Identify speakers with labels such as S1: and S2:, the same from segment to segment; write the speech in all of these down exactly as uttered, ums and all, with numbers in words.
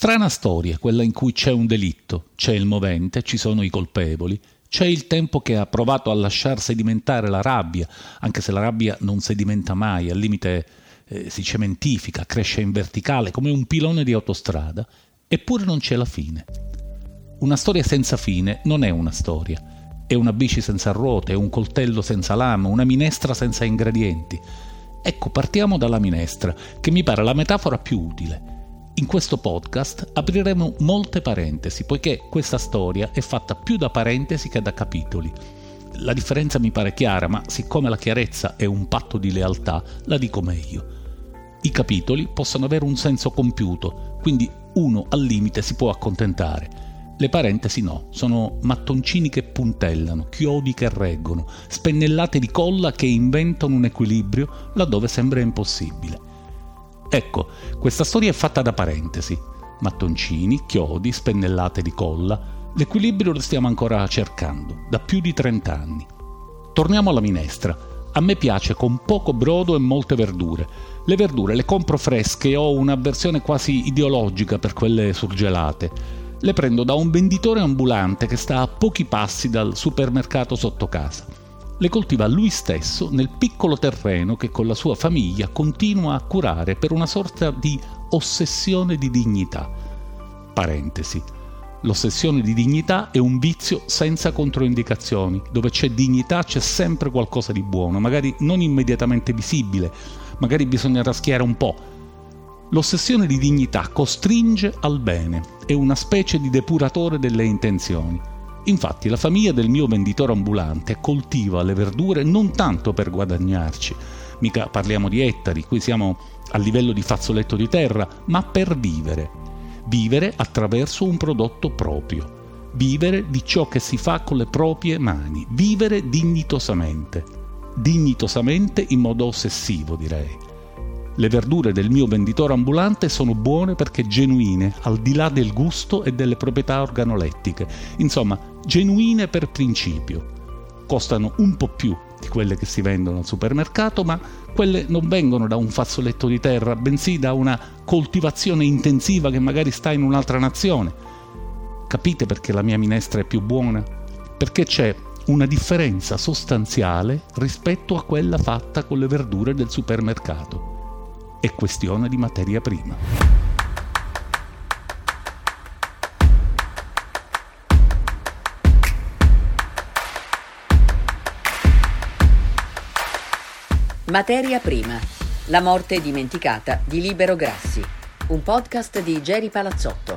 S1: strana storia, quella in cui c'è un delitto, c'è il movente, ci sono i colpevoli, c'è il tempo che ha provato a lasciar sedimentare la rabbia, anche se la rabbia non sedimenta mai, al limite eh, si cementifica, cresce in verticale come un pilone di autostrada, eppure non c'è la fine. Una storia senza fine non è una storia, è una bici senza ruote, è un coltello senza lama, una minestra senza ingredienti. Ecco, partiamo dalla minestra, che mi pare la metafora più utile. In questo podcast apriremo molte parentesi, poiché questa storia è fatta più da parentesi che da capitoli. La differenza mi pare chiara, ma siccome la chiarezza è un patto di lealtà, la dico meglio. I capitoli possono avere un senso compiuto, quindi uno al limite si può accontentare. Le parentesi no, sono mattoncini che puntellano, chiodi che reggono, spennellate di colla che inventano un equilibrio laddove sembra impossibile. Ecco, questa storia è fatta da parentesi, mattoncini, chiodi, spennellate di colla. L'equilibrio lo stiamo ancora cercando, da più di trent'anni. Torniamo alla minestra. A me piace con poco brodo e molte verdure. Le verdure le compro fresche e ho un'avversione quasi ideologica per quelle surgelate. Le prendo da un venditore ambulante che sta a pochi passi dal supermercato sotto casa. Le coltiva lui stesso nel piccolo terreno che con la sua famiglia continua a curare per una sorta di ossessione di dignità. Parentesi. L'ossessione di dignità è un vizio senza controindicazioni. Dove c'è dignità c'è sempre qualcosa di buono, magari non immediatamente visibile, magari bisogna raschiare un po'. L'ossessione di dignità costringe al bene, è una specie di depuratore delle intenzioni. Infatti la famiglia del mio venditore ambulante coltiva le verdure non tanto per guadagnarci, mica parliamo di ettari, qui siamo a livello di fazzoletto di terra, ma per vivere. Vivere attraverso un prodotto proprio. Vivere di ciò che si fa con le proprie mani. Vivere dignitosamente. Dignitosamente in modo ossessivo, direi. Le verdure del mio venditore ambulante sono buone perché genuine, al di là del gusto e delle proprietà organolettiche. Insomma, genuine per principio. Costano un po' più di quelle che si vendono al supermercato, ma quelle non vengono da un fazzoletto di terra, bensì da una coltivazione intensiva che magari sta in un'altra nazione. Capite perché la mia minestra è più buona? Perché c'è una differenza sostanziale rispetto a quella fatta con le verdure del supermercato. È questione di materia prima.
S2: Materia prima. La morte dimenticata di Libero Grassi. Un podcast di Geri Palazzotto.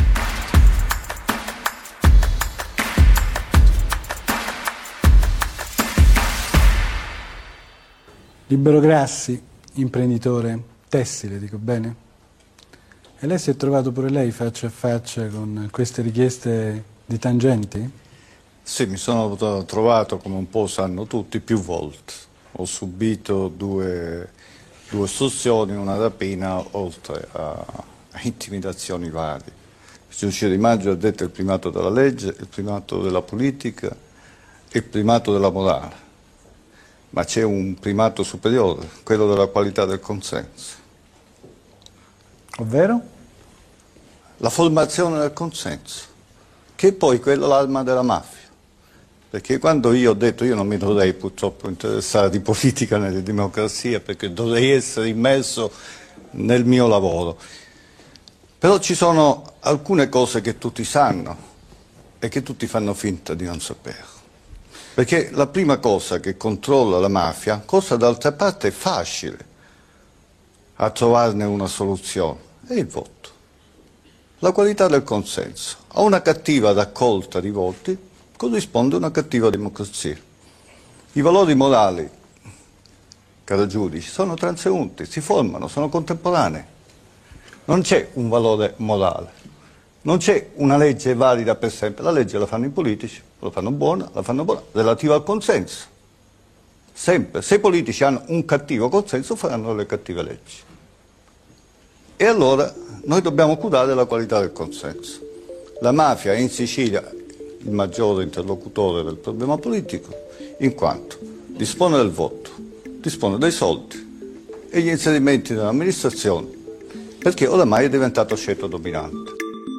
S3: Libero Grassi, imprenditore tessile, dico bene? E lei si è trovato pure lei faccia a faccia con queste richieste di tangenti?
S4: Sì, mi sono trovato, come un po' sanno tutti, più volte. Ho subito due, due estorsioni, una rapina, oltre a, a intimidazioni varie. Il giudice Di Maggio ha detto il primato della legge, il primato della politica e il primato della morale. Ma c'è un primato superiore, quello della qualità del consenso.
S3: Ovvero?
S4: La formazione del consenso, che è poi quella l'arma della mafia. Perché quando io ho detto io non mi dovrei purtroppo interessare di politica né di democrazia, perché dovrei essere immerso nel mio lavoro. Però ci sono alcune cose che tutti sanno e che tutti fanno finta di non sapere. Perché la prima cosa che controlla la mafia, cosa d'altra parte facile a trovarne una soluzione, è il voto. La qualità del consenso. A una cattiva raccolta di voti corrisponde una cattiva democrazia. I valori morali, caro giudice, sono transeunti, si formano, sono contemporanei. Non c'è un valore morale, non c'è una legge valida per sempre. La legge la fanno i politici, la fanno buona, la fanno buona, relativa al consenso. Sempre. Se i politici hanno un cattivo consenso, faranno le cattive leggi. E allora noi dobbiamo curare la qualità del consenso. La mafia è in Sicilia il maggiore interlocutore del problema politico, in quanto dispone del voto, dispone dei soldi e gli inserimenti dell'amministrazione perché oramai è diventato scelto dominante.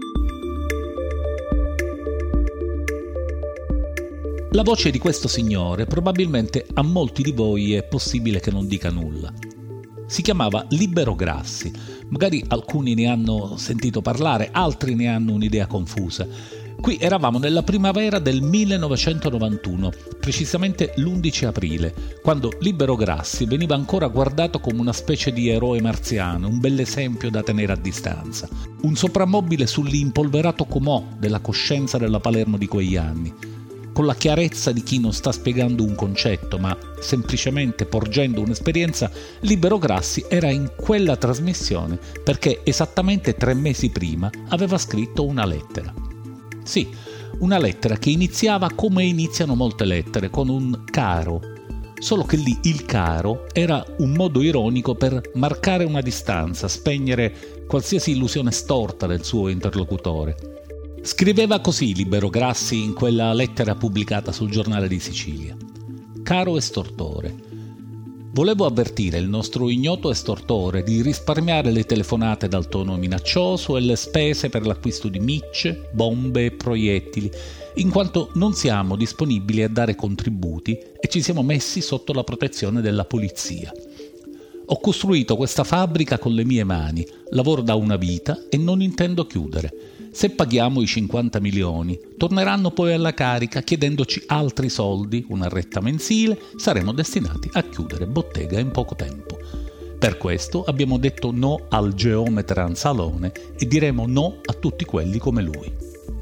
S1: La voce di questo signore probabilmente a molti di voi è possibile che non dica nulla. Si chiamava Libero Grassi, magari alcuni ne hanno sentito parlare, altri ne hanno un'idea confusa. Qui eravamo nella primavera del millenovecentonovantuno, precisamente l'undici aprile, quando Libero Grassi veniva ancora guardato come una specie di eroe marziano, un bell'esempio da tenere a distanza, un soprammobile sull'impolverato comò della coscienza della Palermo di quegli anni, con la chiarezza di chi non sta spiegando un concetto, ma semplicemente porgendo un'esperienza. Libero Grassi era in quella trasmissione perché esattamente tre mesi prima aveva scritto una lettera. Sì, una lettera che iniziava come iniziano molte lettere, con un caro, solo che lì il caro era un modo ironico per marcare una distanza, spegnere qualsiasi illusione storta del suo interlocutore. Scriveva così Libero Grassi in quella lettera pubblicata sul Giornale di Sicilia. Caro estortore, volevo avvertire il nostro ignoto estortore di risparmiare le telefonate dal tono minaccioso e le spese per l'acquisto di micce, bombe e proiettili, in quanto non siamo disponibili a dare contributi e ci siamo messi sotto la protezione della polizia. Ho costruito questa fabbrica con le mie mani, lavoro da una vita e non intendo chiudere. Se paghiamo i cinquanta milioni, torneranno poi alla carica chiedendoci altri soldi, una retta mensile, saremo destinati a chiudere bottega in poco tempo. Per questo abbiamo detto no al geometra Anzalone e diremo no a tutti quelli come lui.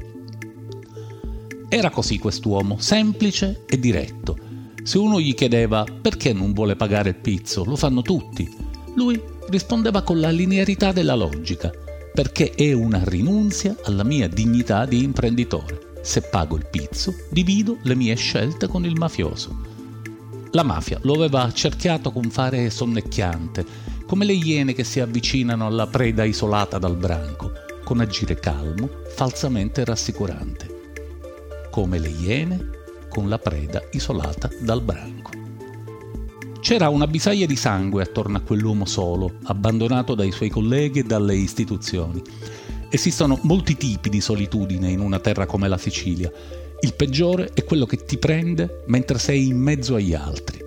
S1: Era così quest'uomo, semplice e diretto. Se uno gli chiedeva perché non vuole pagare il pizzo, lo fanno tutti, lui rispondeva con la linearità della logica. Perché è una rinunzia alla mia dignità di imprenditore. Se pago il pizzo, divido le mie scelte con il mafioso. La mafia lo aveva accerchiato con fare sonnecchiante, come le iene che si avvicinano alla preda isolata dal branco, con agire calmo, falsamente rassicurante. Come le iene con la preda isolata dal branco. C'era una bisaglia di sangue attorno a quell'uomo solo, abbandonato dai suoi colleghi e dalle istituzioni. Esistono molti tipi di solitudine in una terra come la Sicilia. Il peggiore è quello che ti prende mentre sei in mezzo agli altri.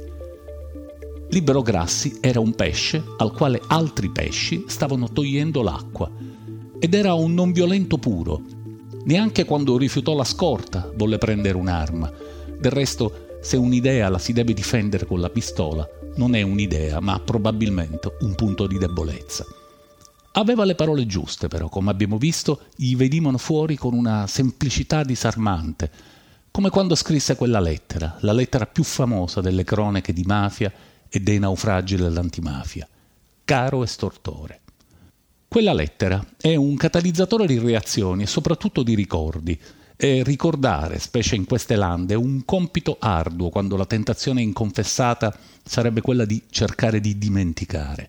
S1: Libero Grassi era un pesce al quale altri pesci stavano togliendo l'acqua. Ed era un non violento puro. Neanche quando rifiutò la scorta volle prendere un'arma. Del resto, se un'idea la si deve difendere con la pistola, non è un'idea, ma probabilmente un punto di debolezza. Aveva le parole giuste, però, come abbiamo visto, gli venivano fuori con una semplicità disarmante, come quando scrisse quella lettera, la lettera più famosa delle cronache di mafia e dei naufragi dell'antimafia. Caro estortore. Quella lettera è un catalizzatore di reazioni e soprattutto di ricordi. E ricordare, specie in queste lande, è un compito arduo quando la tentazione inconfessata sarebbe quella di cercare di dimenticare.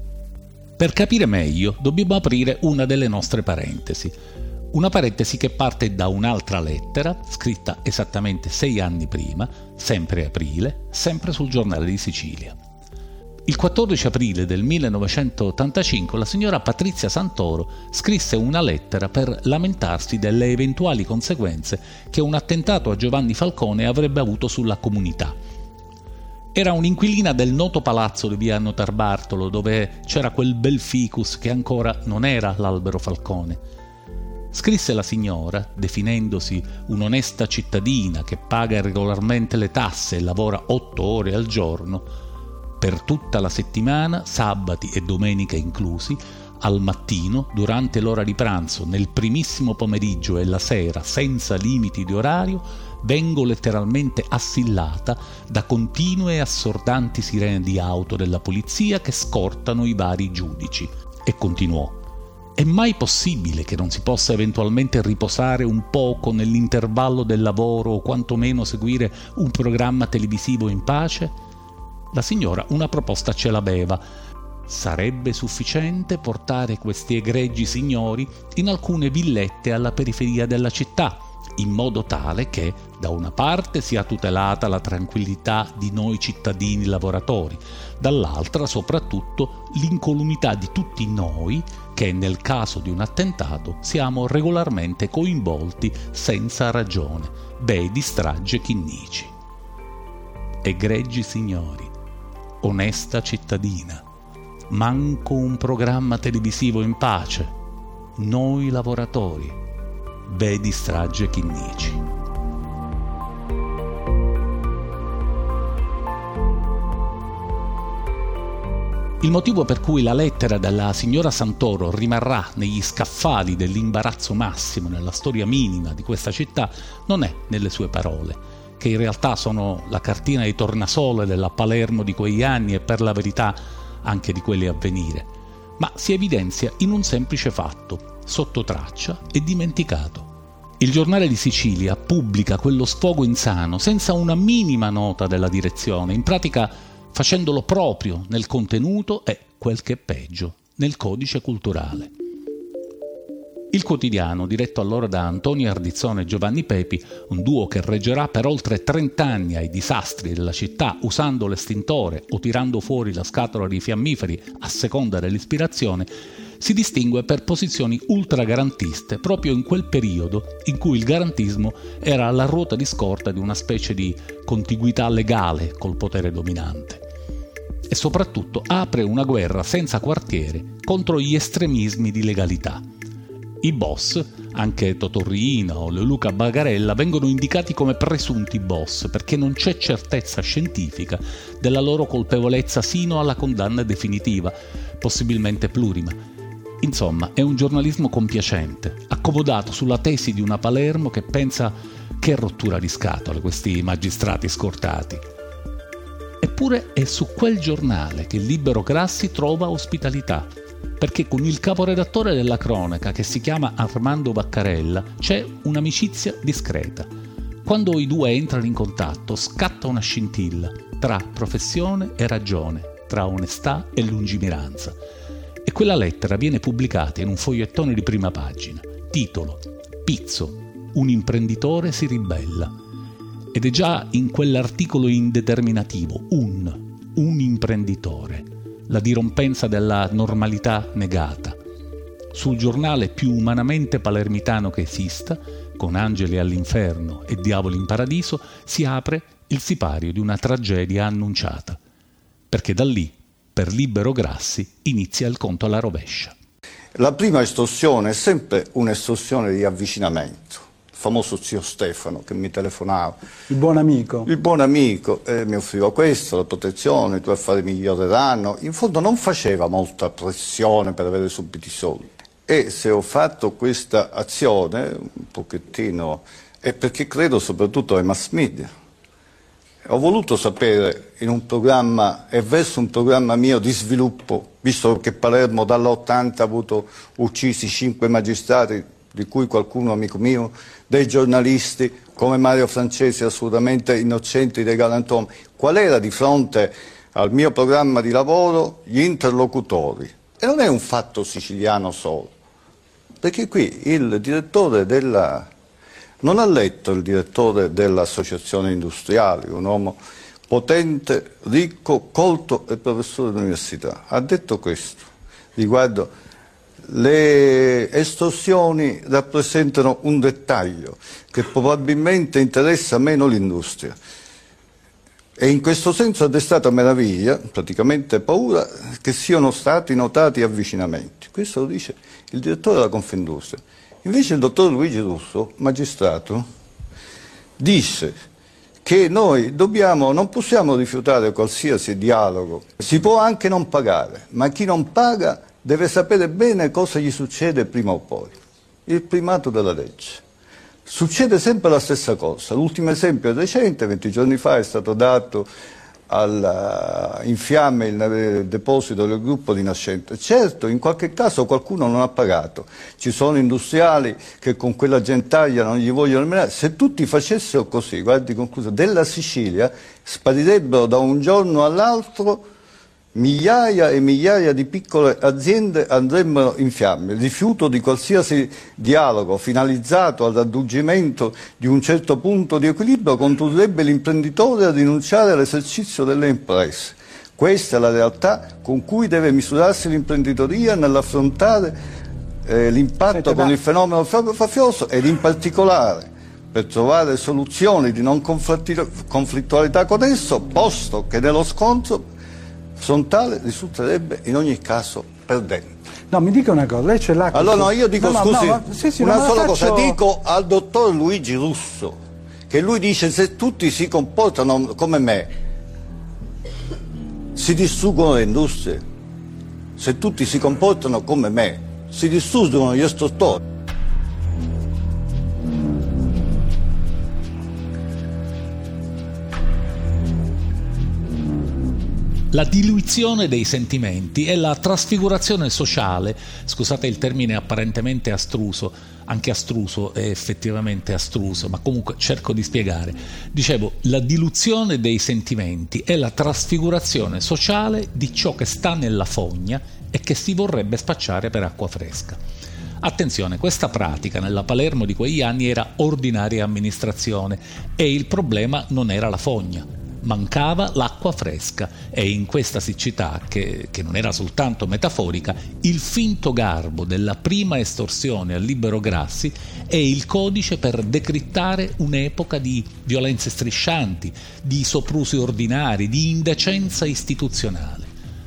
S1: Per capire meglio dobbiamo aprire una delle nostre parentesi. Una parentesi che parte da un'altra lettera, scritta esattamente sei anni prima, sempre aprile, sempre sul Giornale di Sicilia. Il quattordici aprile del millenovecentottantacinque la signora Patrizia Santoro scrisse una lettera per lamentarsi delle eventuali conseguenze che un attentato a Giovanni Falcone avrebbe avuto sulla comunità. Era un'inquilina del noto palazzo di via Notarbartolo, dove c'era quel bel ficus che ancora non era l'Albero Falcone. Scrisse la signora, definendosi un'onesta cittadina che paga regolarmente le tasse e lavora otto ore al giorno, per tutta la settimana, sabati e domeniche inclusi, al mattino, durante l'ora di pranzo, nel primissimo pomeriggio e la sera, senza limiti di orario, vengo letteralmente assillata da continue e assordanti sirene di auto della polizia che scortano i vari giudici. E continuò: è mai possibile che non si possa eventualmente riposare un poco nell'intervallo del lavoro o quantomeno seguire un programma televisivo in pace? La signora una proposta ce l'aveva. Sarebbe sufficiente portare questi egregi signori in alcune villette alla periferia della città, in modo tale che da una parte sia tutelata la tranquillità di noi cittadini lavoratori, dall'altra soprattutto l'incolumità di tutti noi che nel caso di un attentato siamo regolarmente coinvolti senza ragione. Vedi strage Chinnici. Egregi signori, onesta cittadina, manco un programma televisivo in pace, noi lavoratori, vedi strage Chinnici. Il motivo per cui la lettera della signora Santoro rimarrà negli scaffali dell'imbarazzo massimo nella storia minima di questa città non è nelle sue parole, che in realtà sono la cartina di tornasole della Palermo di quegli anni e per la verità anche di quelli a venire, ma si evidenzia in un semplice fatto, sotto traccia e dimenticato. Il Giornale di Sicilia pubblica quello sfogo insano senza una minima nota della direzione, in pratica facendolo proprio nel contenuto e, quel che è peggio, nel codice culturale. Il quotidiano, diretto allora da Antonio Ardizzone e Giovanni Pepi, un duo che reggerà per oltre trent'anni ai disastri della città usando l'estintore o tirando fuori la scatola di fiammiferi a seconda dell'ispirazione, si distingue per posizioni ultragarantiste proprio in quel periodo in cui il garantismo era la ruota di scorta di una specie di contiguità legale col potere dominante. E soprattutto apre una guerra senza quartiere contro gli estremismi di legalità. I boss, anche Totorrina o Leoluca Bagarella, vengono indicati come presunti boss perché non c'è certezza scientifica della loro colpevolezza sino alla condanna definitiva, possibilmente plurima. Insomma, è un giornalismo compiacente, accomodato sulla tesi di una Palermo che pensa che rottura di scatole questi magistrati scortati. Eppure è su quel giornale che Libero Grassi trova ospitalità, perché con il caporedattore della cronaca, che si chiama Armando Vaccarella, c'è un'amicizia discreta. Quando i due entrano in contatto, scatta una scintilla tra professione e ragione, tra onestà e lungimiranza. E quella lettera viene pubblicata in un fogliettone di prima pagina. Titolo: Pizzo, un imprenditore si ribella. Ed è già in quell'articolo indeterminativo, un, un imprenditore, la dirompenza della normalità negata. Sul giornale più umanamente palermitano che esista, con angeli all'inferno e diavoli in paradiso, si apre il sipario di una tragedia annunciata. Perché da lì, per Libero Grassi, inizia il conto alla rovescia.
S4: La prima estorsione è sempre un'estorsione di avvicinamento. Il famoso zio Stefano che mi telefonava.
S3: Il buon amico.
S4: Il buon amico eh, mi offriva questo, la protezione, i tuoi affari miglioreranno. In fondo non faceva molta pressione per avere subito i soldi. E se ho fatto questa azione, un pochettino, è perché credo soprattutto ai mass media. Ho voluto sapere in un programma e verso un programma mio di sviluppo, visto che Palermo dall'ottanta ha avuto uccisi cinque magistrati, di cui qualcuno amico mio, dei giornalisti come Mario Francesi assolutamente innocenti dei galantomi. Qual era di fronte al mio programma di lavoro gli interlocutori? E non è un fatto siciliano solo, perché qui il direttore della... non ha letto il direttore dell'associazione industriale, un uomo potente, ricco, colto e professore dell'università. Ha detto questo riguardo: le estorsioni rappresentano un dettaglio che probabilmente interessa meno l'industria. E in questo senso ha destato meraviglia, praticamente paura, che siano stati notati avvicinamenti. Questo lo dice il direttore della Confindustria. Invece il dottor Luigi Russo, magistrato, disse che noi dobbiamo, non possiamo rifiutare qualsiasi dialogo. Si può anche non pagare, ma chi non paga deve sapere bene cosa gli succede prima o poi. Il primato della legge. Succede sempre la stessa cosa. L'ultimo esempio è recente, venti giorni fa è stato dato al, in fiamme il deposito del gruppo di Nascente. Certo, in qualche caso qualcuno non ha pagato. Ci sono industriali che con quella gentaglia non gli vogliono nemmeno. Se tutti facessero così, guardi, concluso, della Sicilia sparirebbero da un giorno all'altro migliaia e migliaia di piccole aziende andrebbero in fiamme. Il rifiuto di qualsiasi dialogo finalizzato al raggiungimento di un certo punto di equilibrio condurrebbe l'imprenditore a rinunciare all'esercizio delle imprese. Questa è la realtà con cui deve misurarsi l'imprenditoria nell'affrontare eh, l'impatto con il fenomeno mafioso ed in particolare per trovare soluzioni di non conflittualità con esso, posto che nello scontro frontale risulterebbe in ogni caso perdente.
S3: No, mi dica una cosa, lei ce l'ha.
S4: Allora no, io dico, no, scusi, no, ma, sì, sì, una sola faccio... cosa, dico al dottor Luigi Russo, che lui dice se tutti si comportano come me, si distruggono le industrie. Se tutti si comportano come me, si distruggono gli istruttori.
S1: La diluizione dei sentimenti e la trasfigurazione sociale, scusate il termine apparentemente astruso, anche astruso è effettivamente astruso, ma comunque cerco di spiegare. Dicevo, la diluzione dei sentimenti è la trasfigurazione sociale di ciò che sta nella fogna e che si vorrebbe spacciare per acqua fresca. Attenzione, questa pratica nella Palermo di quegli anni era ordinaria amministrazione e il problema non era la fogna. Mancava l'acqua fresca e in questa siccità, che, che non era soltanto metaforica, il finto garbo della prima estorsione al Libero Grassi è il codice per decrittare un'epoca di violenze striscianti, di soprusi ordinari, di indecenza istituzionale.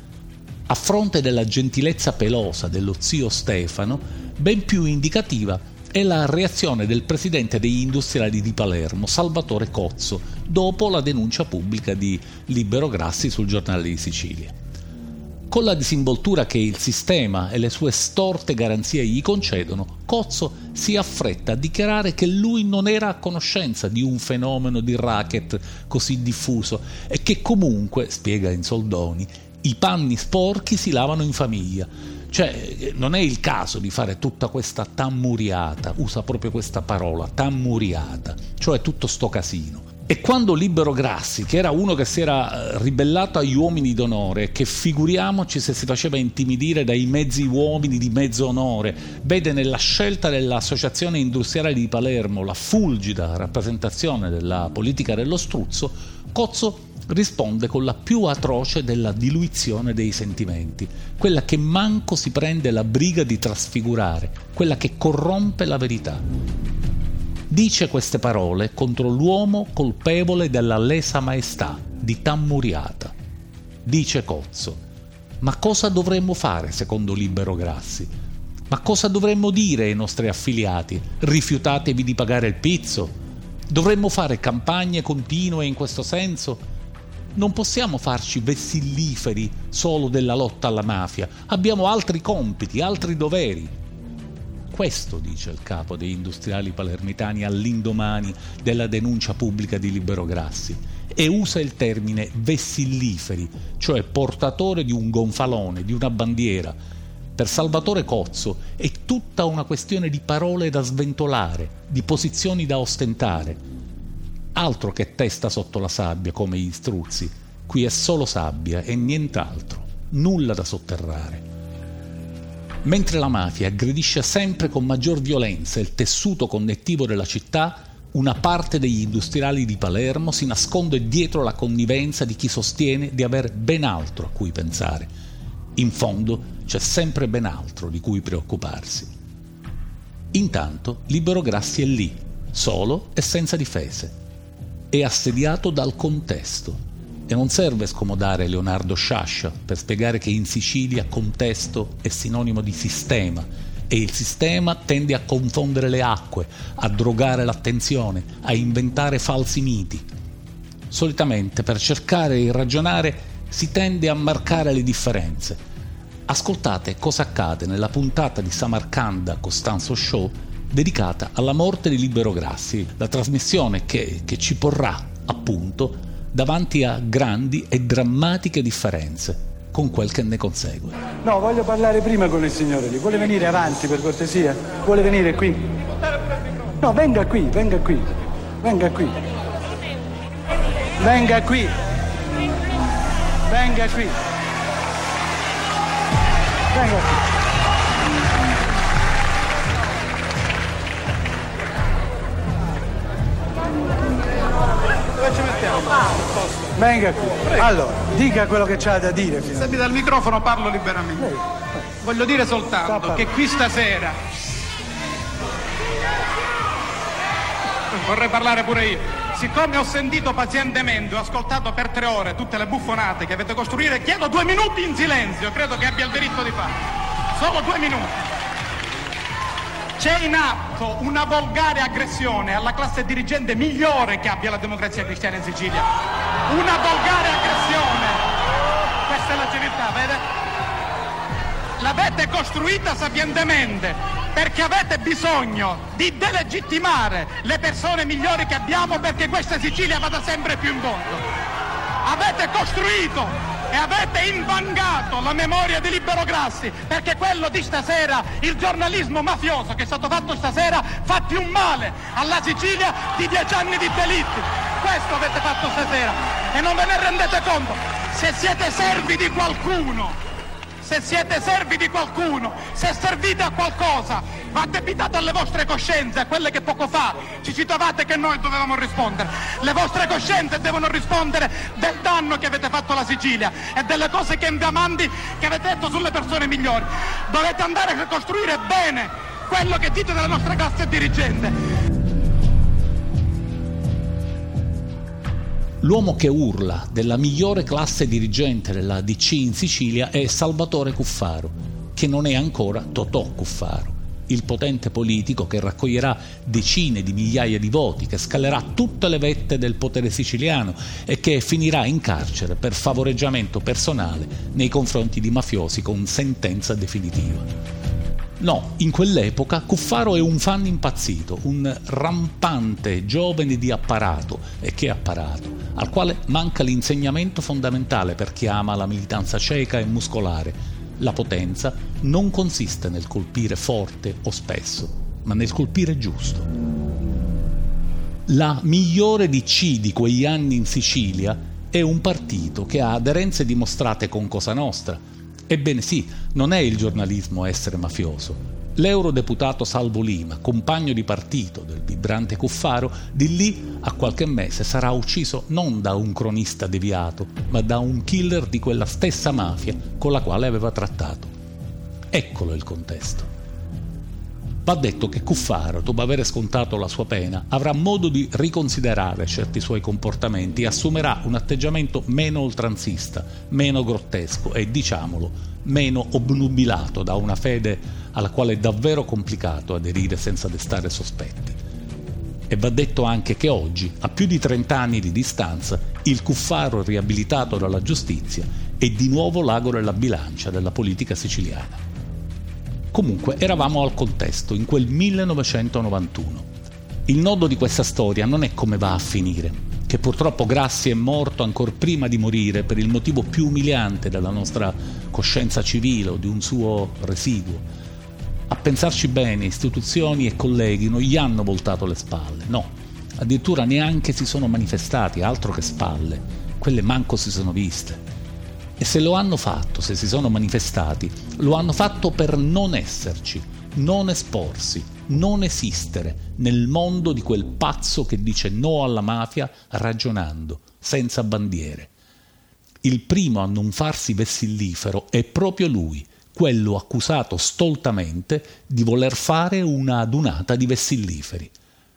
S1: A fronte della gentilezza pelosa dello zio Stefano, ben più indicativa è la reazione del presidente degli industriali di Palermo, Salvatore Cozzo, dopo la denuncia pubblica di Libero Grassi sul Giornale di Sicilia. Con la disinvoltura che il sistema e le sue storte garanzie gli concedono, Cozzo si affretta a dichiarare che lui non era a conoscenza di un fenomeno di racket così diffuso e che comunque, spiega in soldoni, i panni sporchi si lavano in famiglia. Cioè, non è il caso di fare tutta questa tammuriata, usa proprio questa parola, tammuriata, cioè tutto sto casino. E quando Libero Grassi, che era uno che si era ribellato agli uomini d'onore, che figuriamoci se si faceva intimidire dai mezzi uomini di mezzo onore, vede nella scelta dell'Associazione Industriale di Palermo la fulgida rappresentazione della politica dello struzzo, Cozzo risponde con la più atroce della diluizione dei sentimenti, quella che manco si prende la briga di trasfigurare, quella che corrompe la verità. Dice queste parole contro l'uomo colpevole della lesa maestà di Tammuriata. Dice Cozzo: ma cosa dovremmo fare secondo Libero Grassi? Ma cosa dovremmo dire ai nostri affiliati? Rifiutatevi di pagare il pizzo? Dovremmo fare campagne continue in questo senso? Non possiamo farci vessilliferi solo della lotta alla mafia, abbiamo altri compiti, altri doveri. Questo dice il capo degli industriali palermitani all'indomani della denuncia pubblica di Libero Grassi e usa il termine vessilliferi, cioè portatore di un gonfalone, di una bandiera. Per Salvatore Cozzo è tutta una questione di parole da sventolare, di posizioni da ostentare. Altro che testa sotto la sabbia come gli struzzi, qui è solo sabbia e nient'altro, nulla da sotterrare. Mentre la mafia aggredisce sempre con maggior violenza il tessuto connettivo della città, una parte degli industriali di Palermo si nasconde dietro la connivenza di chi sostiene di aver ben altro a cui pensare. In fondo c'è sempre ben altro di cui preoccuparsi. Intanto Libero Grassi è lì, solo e senza difese. È assediato dal contesto e non serve scomodare Leonardo Sciascia per spiegare che in Sicilia contesto è sinonimo di sistema e il sistema tende a confondere le acque, a drogare l'attenzione, a inventare falsi miti. Solitamente per cercare di ragionare si tende a marcare le differenze. Ascoltate cosa accade nella puntata di Samarcanda Costanzo Show dedicata alla morte di Libero Grassi, la trasmissione che, che ci porrà, appunto, davanti a grandi e drammatiche differenze, con quel che ne consegue.
S3: No, voglio parlare prima con il signore lì. Vuole venire avanti, per cortesia? Vuole venire qui? No, venga qui, venga qui. Venga qui. Venga qui. Venga qui. Venga qui.
S5: Dove ci mettiamo?
S3: Venga qui. Allora, dica quello che c'ha da dire.
S5: Se mi dà il microfono parlo liberamente. Voglio dire soltanto che qui stasera vorrei parlare pure io. Siccome ho sentito pazientemente, ho ascoltato per tre ore tutte le buffonate che avete costruito, chiedo due minuti in silenzio, credo che abbia il diritto di farlo. Solo due minuti. C'è in atto una volgare aggressione alla classe dirigente migliore che abbia la Democrazia Cristiana in Sicilia. Una volgare aggressione. Questa è la civiltà, vede? L'avete costruita sapientemente perché avete bisogno di delegittimare le persone migliori che abbiamo perché questa Sicilia vada sempre più in fondo. Avete costruito e avete invangato la memoria di Libero Grassi perché quello di stasera, il giornalismo mafioso che è stato fatto stasera, fa più male alla Sicilia di dieci anni di delitti. Questo avete fatto stasera e non ve ne rendete conto. Se siete servi di qualcuno, se siete servi di qualcuno, se servite a qualcosa, ma addebitate alle vostre coscienze, a quelle che poco fa ci citavate che noi dovevamo rispondere. Le vostre coscienze devono rispondere del danno che avete fatto alla Sicilia e delle cose che infamanti che avete detto sulle persone migliori. Dovete andare a ricostruire bene quello che dite della nostra classe dirigente.
S1: L'uomo che urla della migliore classe dirigente della D C in Sicilia è Salvatore Cuffaro, che non è ancora Totò Cuffaro, il potente politico che raccoglierà decine di migliaia di voti, che scalerà tutte le vette del potere siciliano e che finirà in carcere per favoreggiamento personale nei confronti di mafiosi con sentenza definitiva. No, in quell'epoca Cuffaro è un fan impazzito, un rampante giovane di apparato, e che apparato, al quale manca l'insegnamento fondamentale per chi ama la militanza cieca e muscolare. La potenza non consiste nel colpire forte o spesso, ma nel colpire giusto. La migliore D C di quegli anni in Sicilia è un partito che ha aderenze dimostrate con Cosa Nostra. Ebbene sì, non è il giornalismo essere mafioso. L'eurodeputato Salvo Lima, compagno di partito del vibrante Cuffaro, di lì a qualche mese sarà ucciso non da un cronista deviato, ma da un killer di quella stessa mafia con la quale aveva trattato. Eccolo il contesto. Va detto che Cuffaro, dopo aver scontato la sua pena, avrà modo di riconsiderare certi suoi comportamenti e assumerà un atteggiamento meno oltranzista, meno grottesco e, diciamolo, meno obnubilato da una fede alla quale è davvero complicato aderire senza destare sospetti. E va detto anche che oggi, a più di trent'anni di distanza, il Cuffaro riabilitato dalla giustizia è di nuovo l'ago della bilancia della politica siciliana. Comunque eravamo al contesto, in quel millenovecentonovantuno. Il nodo di questa storia non è come va a finire, che purtroppo Grassi è morto ancor prima di morire per il motivo più umiliante della nostra coscienza civile o di un suo residuo. A pensarci bene, istituzioni e colleghi non gli hanno voltato le spalle, no, addirittura neanche si sono manifestati, altro che spalle, quelle manco si sono viste. E se lo hanno fatto, se si sono manifestati, lo hanno fatto per non esserci, non esporsi, non esistere nel mondo di quel pazzo che dice no alla mafia ragionando, senza bandiere. Il primo a non farsi vessillifero è proprio lui, quello accusato stoltamente di voler fare una adunata di vessilliferi.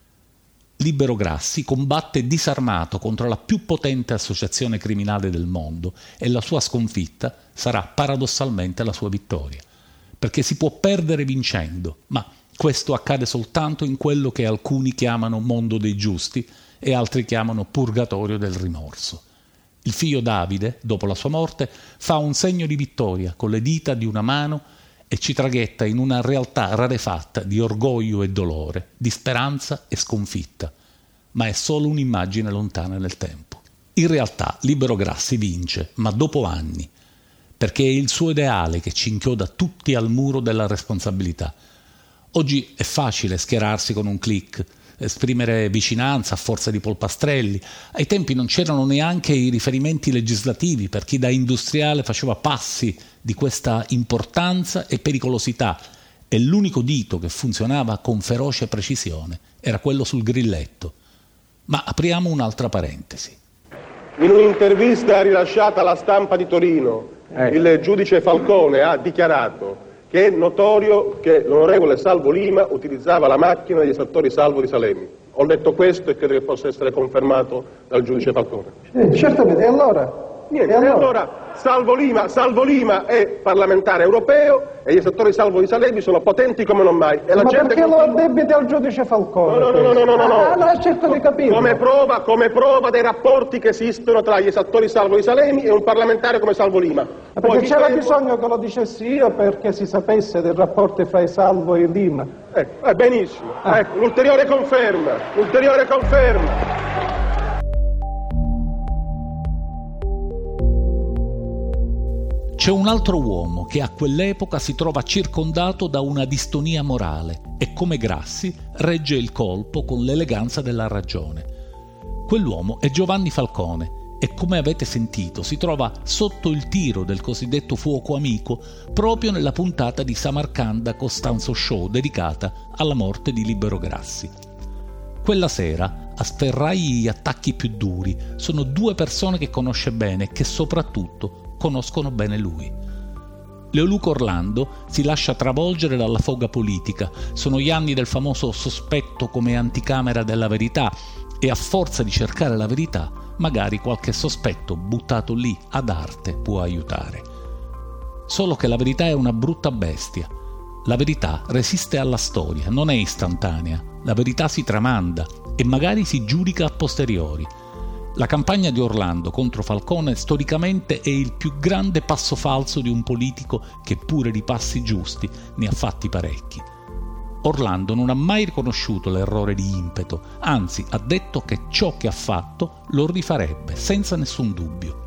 S1: Libero Grassi combatte disarmato contro la più potente associazione criminale del mondo e la sua sconfitta sarà paradossalmente la sua vittoria, perché si può perdere vincendo, ma questo accade soltanto in quello che alcuni chiamano mondo dei giusti e altri chiamano purgatorio del rimorso. Il figlio Davide, dopo la sua morte, fa un segno di vittoria con le dita di una mano e ci traghetta in una realtà rarefatta di orgoglio e dolore, di speranza e sconfitta, ma è solo un'immagine lontana nel tempo. In realtà Libero Grassi vince, ma dopo anni, perché è il suo ideale che ci inchioda tutti al muro della responsabilità. Oggi è facile schierarsi con un click, esprimere vicinanza a forza di polpastrelli. Ai tempi non c'erano neanche i riferimenti legislativi per chi da industriale faceva passi di questa importanza e pericolosità, e l'unico dito che funzionava con feroce precisione era quello sul grilletto. Ma apriamo un'altra parentesi.
S6: In un'intervista rilasciata alla Stampa di Torino, ecco, il giudice Falcone ha dichiarato che è notorio che l'onorevole Salvo Lima utilizzava la macchina degli esattori Salvo di Salemi. Ho letto questo e credo che possa essere confermato dal giudice Falcone.
S7: Eh, certamente, e allora?
S6: Niente,
S7: e allora?
S6: allora Salvo Lima, Salvo Lima è parlamentare europeo e gli esattori Salvo di Salemi sono potenti come non mai. E la
S7: Ma
S6: gente
S7: perché lo addebiti al giudice Falcone?
S6: No, no, no, no, no, no, no.
S7: Ah, allora cerco di capire.
S6: Come prova, come prova dei rapporti che esistono tra gli esattori Salvo di Salemi e un parlamentare come Salvo Lima.
S7: Ma perché
S6: Poi,
S7: c'era
S6: visto che-
S7: bisogno che lo dicessi io perché si sapesse dei rapporti fra i Salvo e Lima.
S6: Ecco, eh, benissimo.
S7: Ah.
S6: Ecco, l'ulteriore conferma, l'ulteriore conferma.
S1: C'è un altro uomo che a quell'epoca si trova circondato da una distonia morale e, come Grassi, regge il colpo con l'eleganza della ragione. Quell'uomo è Giovanni Falcone e, come avete sentito, si trova sotto il tiro del cosiddetto fuoco amico proprio nella puntata di Samarcanda Costanzo Show dedicata alla morte di Libero Grassi. Quella sera, a sferrargli gli attacchi più duri, sono due persone che conosce bene e che soprattutto conoscono bene lui. Leoluco Orlando si lascia travolgere dalla foga politica, sono gli anni del famoso sospetto come anticamera della verità e a forza di cercare la verità magari qualche sospetto buttato lì ad arte può aiutare. Solo che la verità è una brutta bestia. La verità resiste alla storia, non è istantanea, la verità si tramanda e magari si giudica a posteriori. La campagna di Orlando contro Falcone storicamente è il più grande passo falso di un politico che pure di passi giusti ne ha fatti parecchi. Orlando non ha mai riconosciuto l'errore di impeto, anzi ha detto che ciò che ha fatto lo rifarebbe senza nessun dubbio.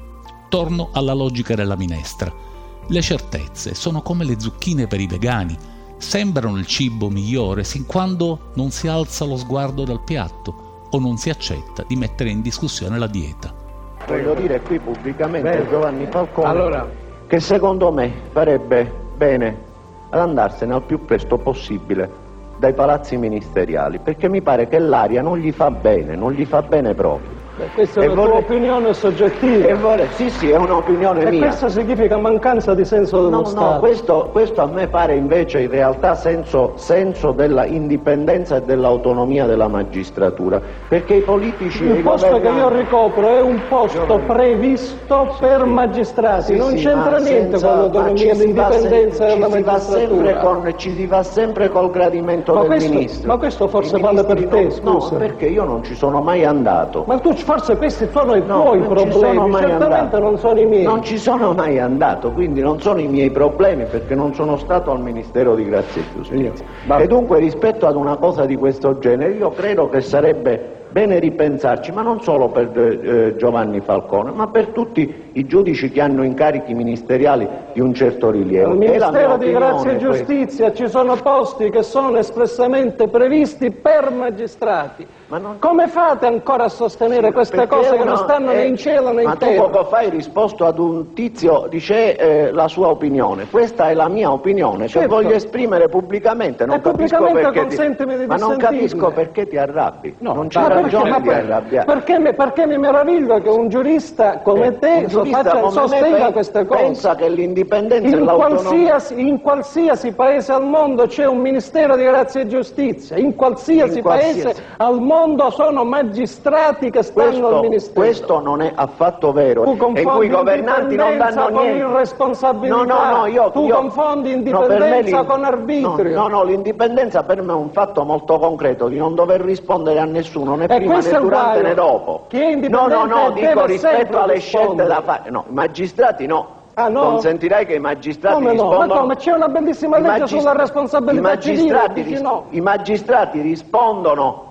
S1: Torno alla logica della minestra. Le certezze sono come le zucchine per i vegani, sembrano il cibo migliore sin quando non si alza lo sguardo dal piatto o non si accetta di mettere in discussione la dieta.
S8: Voglio dire qui pubblicamente a
S7: Bene.
S8: Giovanni Falcone
S7: Allora.
S8: che secondo me farebbe bene ad andarsene al più presto possibile dai palazzi ministeriali, perché mi pare che l'aria non gli fa bene, non gli fa bene proprio.
S7: Beh, questa è
S8: E
S7: una
S8: vorrei-
S7: tua opinione soggettiva.
S8: E vorrei- sì, sì, è un'opinione
S7: E
S8: mia.
S7: questo significa mancanza di senso dello
S8: No,
S7: Stato.
S8: no, questo, questo a me pare invece in realtà senso, senso della indipendenza e dell'autonomia della magistratura, perché i politici e
S7: Il
S8: i
S7: posto che io
S8: governanti-
S7: ricopro è un posto
S8: Giovanni.
S7: previsto per magistrati,
S8: Sì,
S7: non
S8: sì,
S7: c'entra
S8: ma
S7: niente
S8: senza-
S7: con
S8: ma
S7: l'autonomia
S8: ci
S7: e
S8: si va
S7: l'indipendenza
S8: sempre-
S7: della
S8: ci si va sempre
S7: magistratura.
S8: con- ci si va sempre col gradimento
S7: Ma
S8: del
S7: questo-
S8: ministro.
S7: ma questo forse
S8: I
S7: vale per
S8: ministri
S7: te,
S8: non-
S7: scusa.
S8: No, perché io non ci sono mai andato.
S7: Ma tu forse questi sono i
S8: No,
S7: tuoi
S8: non ci sono
S7: problemi,
S8: mai
S7: certamente
S8: andato.
S7: non sono i miei.
S8: Non ci sono mai andato, quindi non sono i miei problemi perché non sono stato al Ministero di Grazia e Giustizia.
S7: Va-
S8: E dunque rispetto ad una cosa di questo genere io credo che sarebbe bene ripensarci, ma non solo per eh, Giovanni Falcone, ma per tutti i giudici che hanno incarichi ministeriali di un certo rilievo.
S7: Al
S8: Che è la mia
S7: Ministero di Grazia e
S8: opinione,
S7: Giustizia ci sono posti che sono espressamente previsti per magistrati.
S8: Ma non-
S7: Come fate ancora a sostenere queste
S8: Perché
S7: cose che
S8: uno
S7: non stanno
S8: è-
S7: né in cielo né
S8: ma
S7: in
S8: tu
S7: terra?
S8: poco fa hai risposto ad un tizio, dice eh, la sua opinione. Questa è la mia opinione che
S7: Certo.
S8: voglio esprimere pubblicamente. Non
S7: E
S8: capisco
S7: pubblicamente
S8: perché ti-
S7: consentimi di
S8: ma non
S7: dissentirne.
S8: capisco perché ti arrabbi.
S7: No,
S8: non c'è
S7: ma perché-
S8: ragione
S7: ma
S8: di
S7: per-
S8: arrabbiare.
S7: Perché, mi- perché mi meraviglio che un giurista come
S8: Eh,
S7: te
S8: un giurista
S7: faccia-
S8: come me
S7: sostenga
S8: pen-
S7: queste cose.
S8: pensa che l'indipendenza e
S7: In
S8: l'autonomia...
S7: qualsiasi, in qualsiasi paese al mondo c'è un Ministero di Grazia e Giustizia, in qualsiasi,
S8: In qualsiasi.
S7: paese al mondo sono magistrati che stanno al
S8: Questo,
S7: Ministero.
S8: questo non è affatto vero.
S7: Tu
S8: E in cui
S7: confondi
S8: i governanti non
S7: indipendenza
S8: danno
S7: con
S8: niente.
S7: irresponsabilità.
S8: No, no, no, io,
S7: Tu
S8: io-
S7: confondi
S8: no, per me
S7: indipendenza
S8: l'in-
S7: con arbitrio.
S8: No, no, no, l'indipendenza per me è un fatto molto concreto di non dover rispondere a nessuno né
S7: E
S8: prima
S7: questo
S8: né
S7: è il
S8: durante
S7: guaio.
S8: né dopo.
S7: Chi è
S8: No, no, no,
S7: indipendente
S8: dico
S7: deve
S8: rispetto
S7: sempre
S8: alle scelte
S7: rispondere.
S8: da fare. No, i magistrati no.
S7: Ah, no?
S8: Consentirai che i magistrati
S7: Come no?
S8: rispondono.
S7: Ma come? C'è una bellissima
S8: I
S7: legge
S8: magist-
S7: sulla responsabilità
S8: i magistrati,
S7: civile, dici
S8: ris-
S7: no?
S8: I magistrati rispondono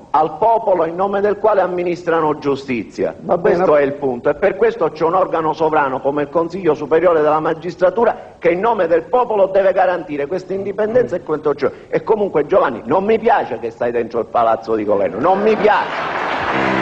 S8: al popolo in nome del quale amministrano giustizia.
S7: Va bene.
S8: Questo è il punto, e per questo c'è un organo sovrano come il Consiglio Superiore della Magistratura che in nome del popolo deve garantire questa indipendenza e questo ciò. E comunque, Giovanni, non mi piace che stai dentro il palazzo di governo, non mi piace.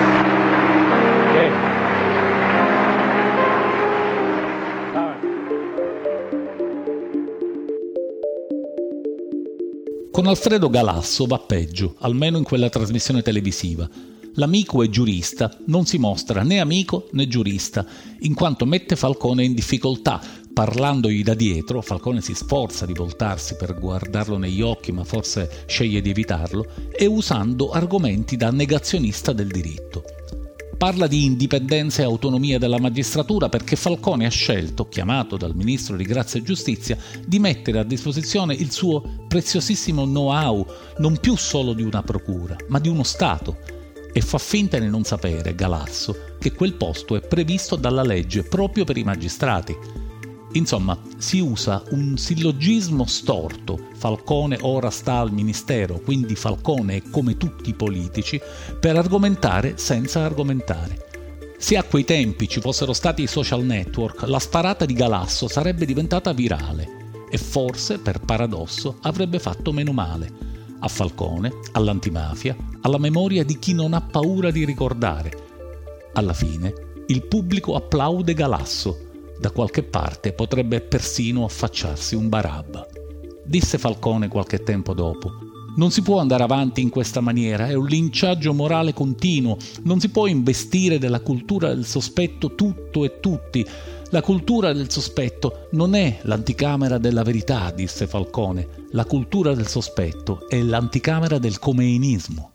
S1: Con Alfredo Galasso va peggio, almeno in quella trasmissione televisiva. L'amico e giurista non si mostra né amico né giurista, in quanto mette Falcone in difficoltà. Parlandogli da dietro, Falcone si sforza di voltarsi per guardarlo negli occhi, ma forse sceglie di evitarlo, e usando argomenti da negazionista del diritto. Parla di indipendenza e autonomia della magistratura perché Falcone ha scelto, chiamato dal ministro di Grazia e Giustizia, di mettere a disposizione il suo preziosissimo know-how, non più solo di una procura, ma di uno Stato, e fa finta di non sapere, Galasso, che quel posto è previsto dalla legge proprio per i magistrati. Insomma, si usa un sillogismo storto. Falcone ora sta al ministero, quindi Falcone è come tutti i politici, per argomentare senza argomentare. Se a quei tempi ci fossero stati i social network, la sparata di Galasso sarebbe diventata virale e forse, per paradosso, avrebbe fatto meno male. A Falcone, all'antimafia, alla memoria di chi non ha paura di ricordare. Alla fine, il pubblico applaude Galasso. Da qualche parte potrebbe persino affacciarsi un Barabba. Disse Falcone qualche tempo dopo: non si può andare avanti in questa maniera, è un linciaggio morale continuo, non si può investire della cultura del sospetto tutto e tutti. La cultura del sospetto non è l'anticamera della verità, disse Falcone, la cultura del sospetto è l'anticamera del comeinismo.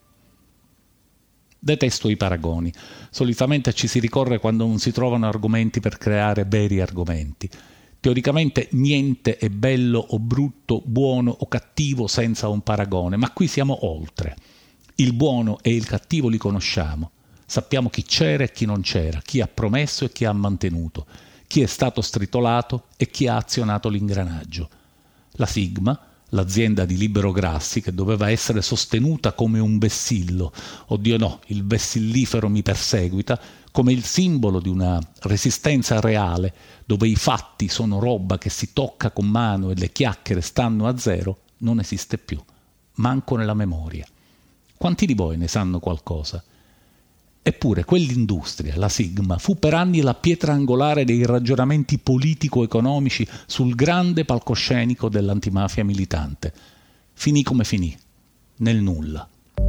S1: Detesto i paragoni. Solitamente ci si ricorre quando non si trovano argomenti per creare veri argomenti. Teoricamente niente è bello o brutto, buono o cattivo senza un paragone, ma qui siamo oltre. Il buono e il cattivo li conosciamo. Sappiamo chi c'era e chi non c'era, chi ha promesso e chi ha mantenuto, chi è stato stritolato e chi ha azionato l'ingranaggio. La Sigma, l'azienda di Libero Grassi, che doveva essere sostenuta come un vessillo, oddio no, il vessillifero mi perseguita, come il simbolo di una resistenza reale, dove i fatti sono roba che si tocca con mano e le chiacchiere stanno a zero, non esiste più, manco nella memoria. Quanti di voi ne sanno qualcosa? Eppure quell'industria, la Sigma, fu per anni la pietra angolare dei ragionamenti politico-economici sul grande palcoscenico dell'antimafia militante. Finì come finì, nel nulla.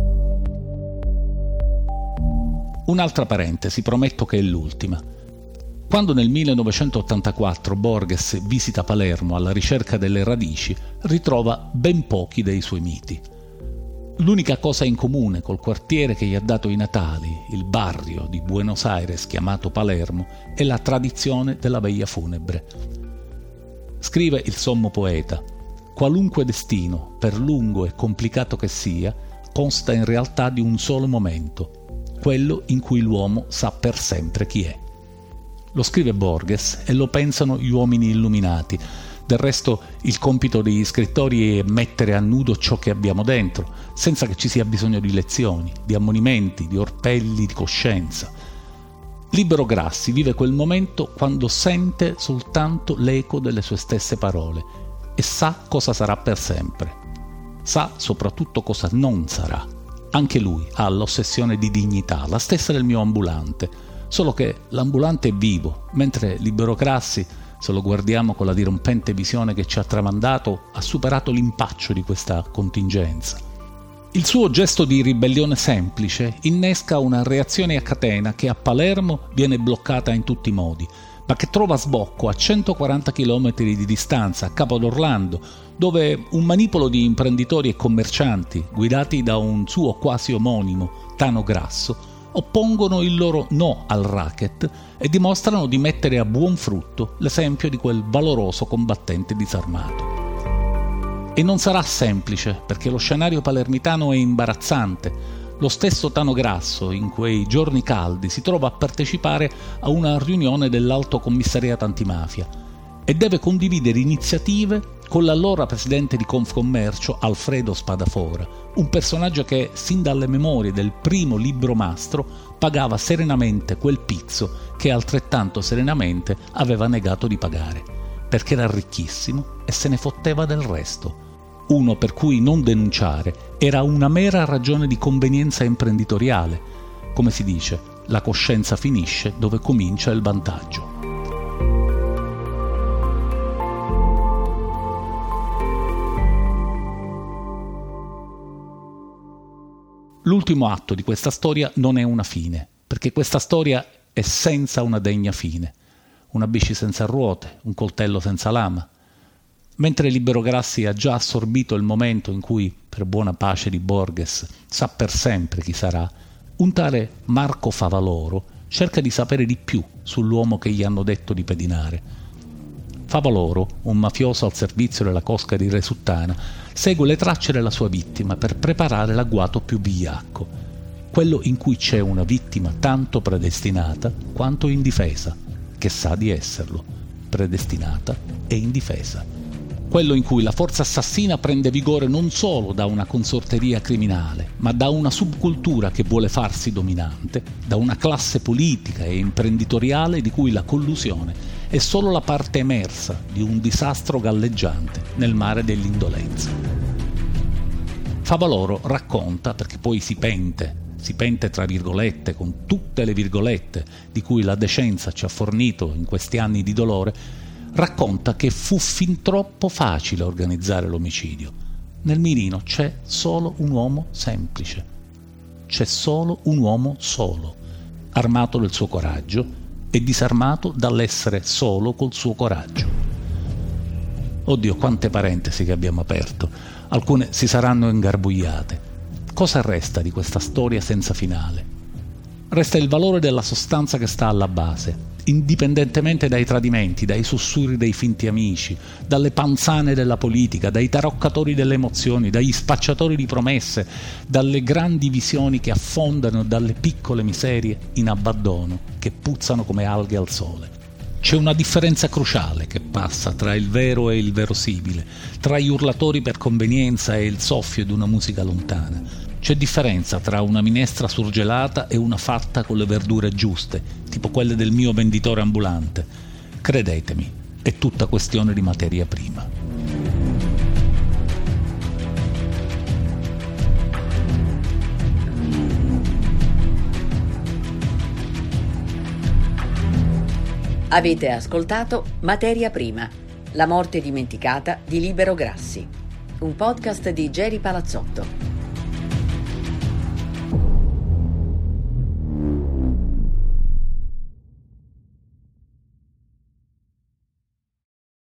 S1: Un'altra parentesi, prometto che è l'ultima. Quando nel millenovecentottantaquattro Borges visita Palermo alla ricerca delle radici, ritrova ben pochi dei suoi miti. L'unica cosa in comune col quartiere che gli ha dato i natali, il barrio di Buenos Aires chiamato Palermo, è la tradizione della veglia funebre. Scrive il sommo poeta: qualunque destino, per lungo e complicato che sia, consta in realtà di un solo momento, quello in cui l'uomo sa per sempre chi è. Lo scrive Borges e lo pensano gli uomini illuminati. Del resto il compito degli scrittori è mettere a nudo ciò che abbiamo dentro, senza che ci sia bisogno di lezioni, di ammonimenti, di orpelli di coscienza. Libero Grassi vive quel momento quando sente soltanto l'eco delle sue stesse parole e sa cosa sarà per sempre. Sa soprattutto cosa non sarà. Anche lui ha l'ossessione di dignità, la stessa del mio ambulante, solo che l'ambulante è vivo, mentre Libero Grassi, se lo guardiamo con la dirompente visione che ci ha tramandato, ha superato l'impaccio di questa contingenza. Il suo gesto di ribellione semplice innesca una reazione a catena che a Palermo viene bloccata in tutti i modi, ma che trova sbocco a centoquaranta chilometri di distanza, a Capo d'Orlando, dove un manipolo di imprenditori e commercianti, guidati da un suo quasi omonimo, Tano Grasso, oppongono il loro no al racket e dimostrano di mettere a buon frutto l'esempio di quel valoroso combattente disarmato. E non sarà semplice, perché lo scenario palermitano è imbarazzante. Lo stesso Tano Grasso, in quei giorni caldi, si trova a partecipare a una riunione dell'Alto Commissariato Antimafia e deve condividere iniziative con l'allora presidente di Confcommercio Alfredo Spadafora, un personaggio che sin dalle memorie del primo libro mastro pagava serenamente quel pizzo che altrettanto serenamente aveva negato di pagare, perché era ricchissimo e se ne fotteva del resto. Uno per cui non denunciare era una mera ragione di convenienza imprenditoriale. Come si dice, la coscienza finisce dove comincia il vantaggio. L'ultimo atto di questa storia non è una fine, perché questa storia è senza una degna fine. Una bici senza ruote, un coltello senza lama. Mentre Libero Grassi ha già assorbito il momento in cui, per buona pace di Borges, sa per sempre chi sarà, un tale Marco Favaloro cerca di sapere di più sull'uomo che gli hanno detto di pedinare. Favaloro, un mafioso al servizio della cosca di Resuttana, segue le tracce della sua vittima per preparare l'agguato più vigliacco, quello in cui c'è una vittima tanto predestinata quanto indifesa, che sa di esserlo, predestinata e indifesa. Quello in cui la forza assassina prende vigore non solo da una consorteria criminale, ma da una subcultura che vuole farsi dominante, da una classe politica e imprenditoriale di cui la collusione è solo la parte emersa di un disastro galleggiante nel mare dell'indolenza. Favaloro racconta, perché poi si pente, si pente tra virgolette, con tutte le virgolette di cui la decenza ci ha fornito in questi anni di dolore, racconta che fu fin troppo facile organizzare l'omicidio. Nel mirino c'è solo un uomo semplice, c'è solo un uomo solo, armato del suo coraggio e disarmato dall'essere solo col suo coraggio. Oddio, quante parentesi che abbiamo aperto, alcune si saranno ingarbugliate. Cosa resta di questa storia senza finale? Resta il valore della sostanza che sta alla base, indipendentemente dai tradimenti, dai sussurri dei finti amici, dalle panzane della politica, dai taroccatori delle emozioni, dagli spacciatori di promesse, dalle grandi visioni che affondano, dalle piccole miserie in abbandono che puzzano come alghe al sole. C'è una differenza cruciale che passa tra il vero e il verosimile, tra gli urlatori per convenienza e il soffio di una musica lontana. C'è differenza tra una minestra surgelata e una fatta con le verdure giuste, tipo quelle del mio venditore ambulante. Credetemi, è tutta questione di materia prima.
S2: Avete ascoltato Materia Prima, la morte dimenticata di Libero Grassi, un podcast di Geri Palazzotto.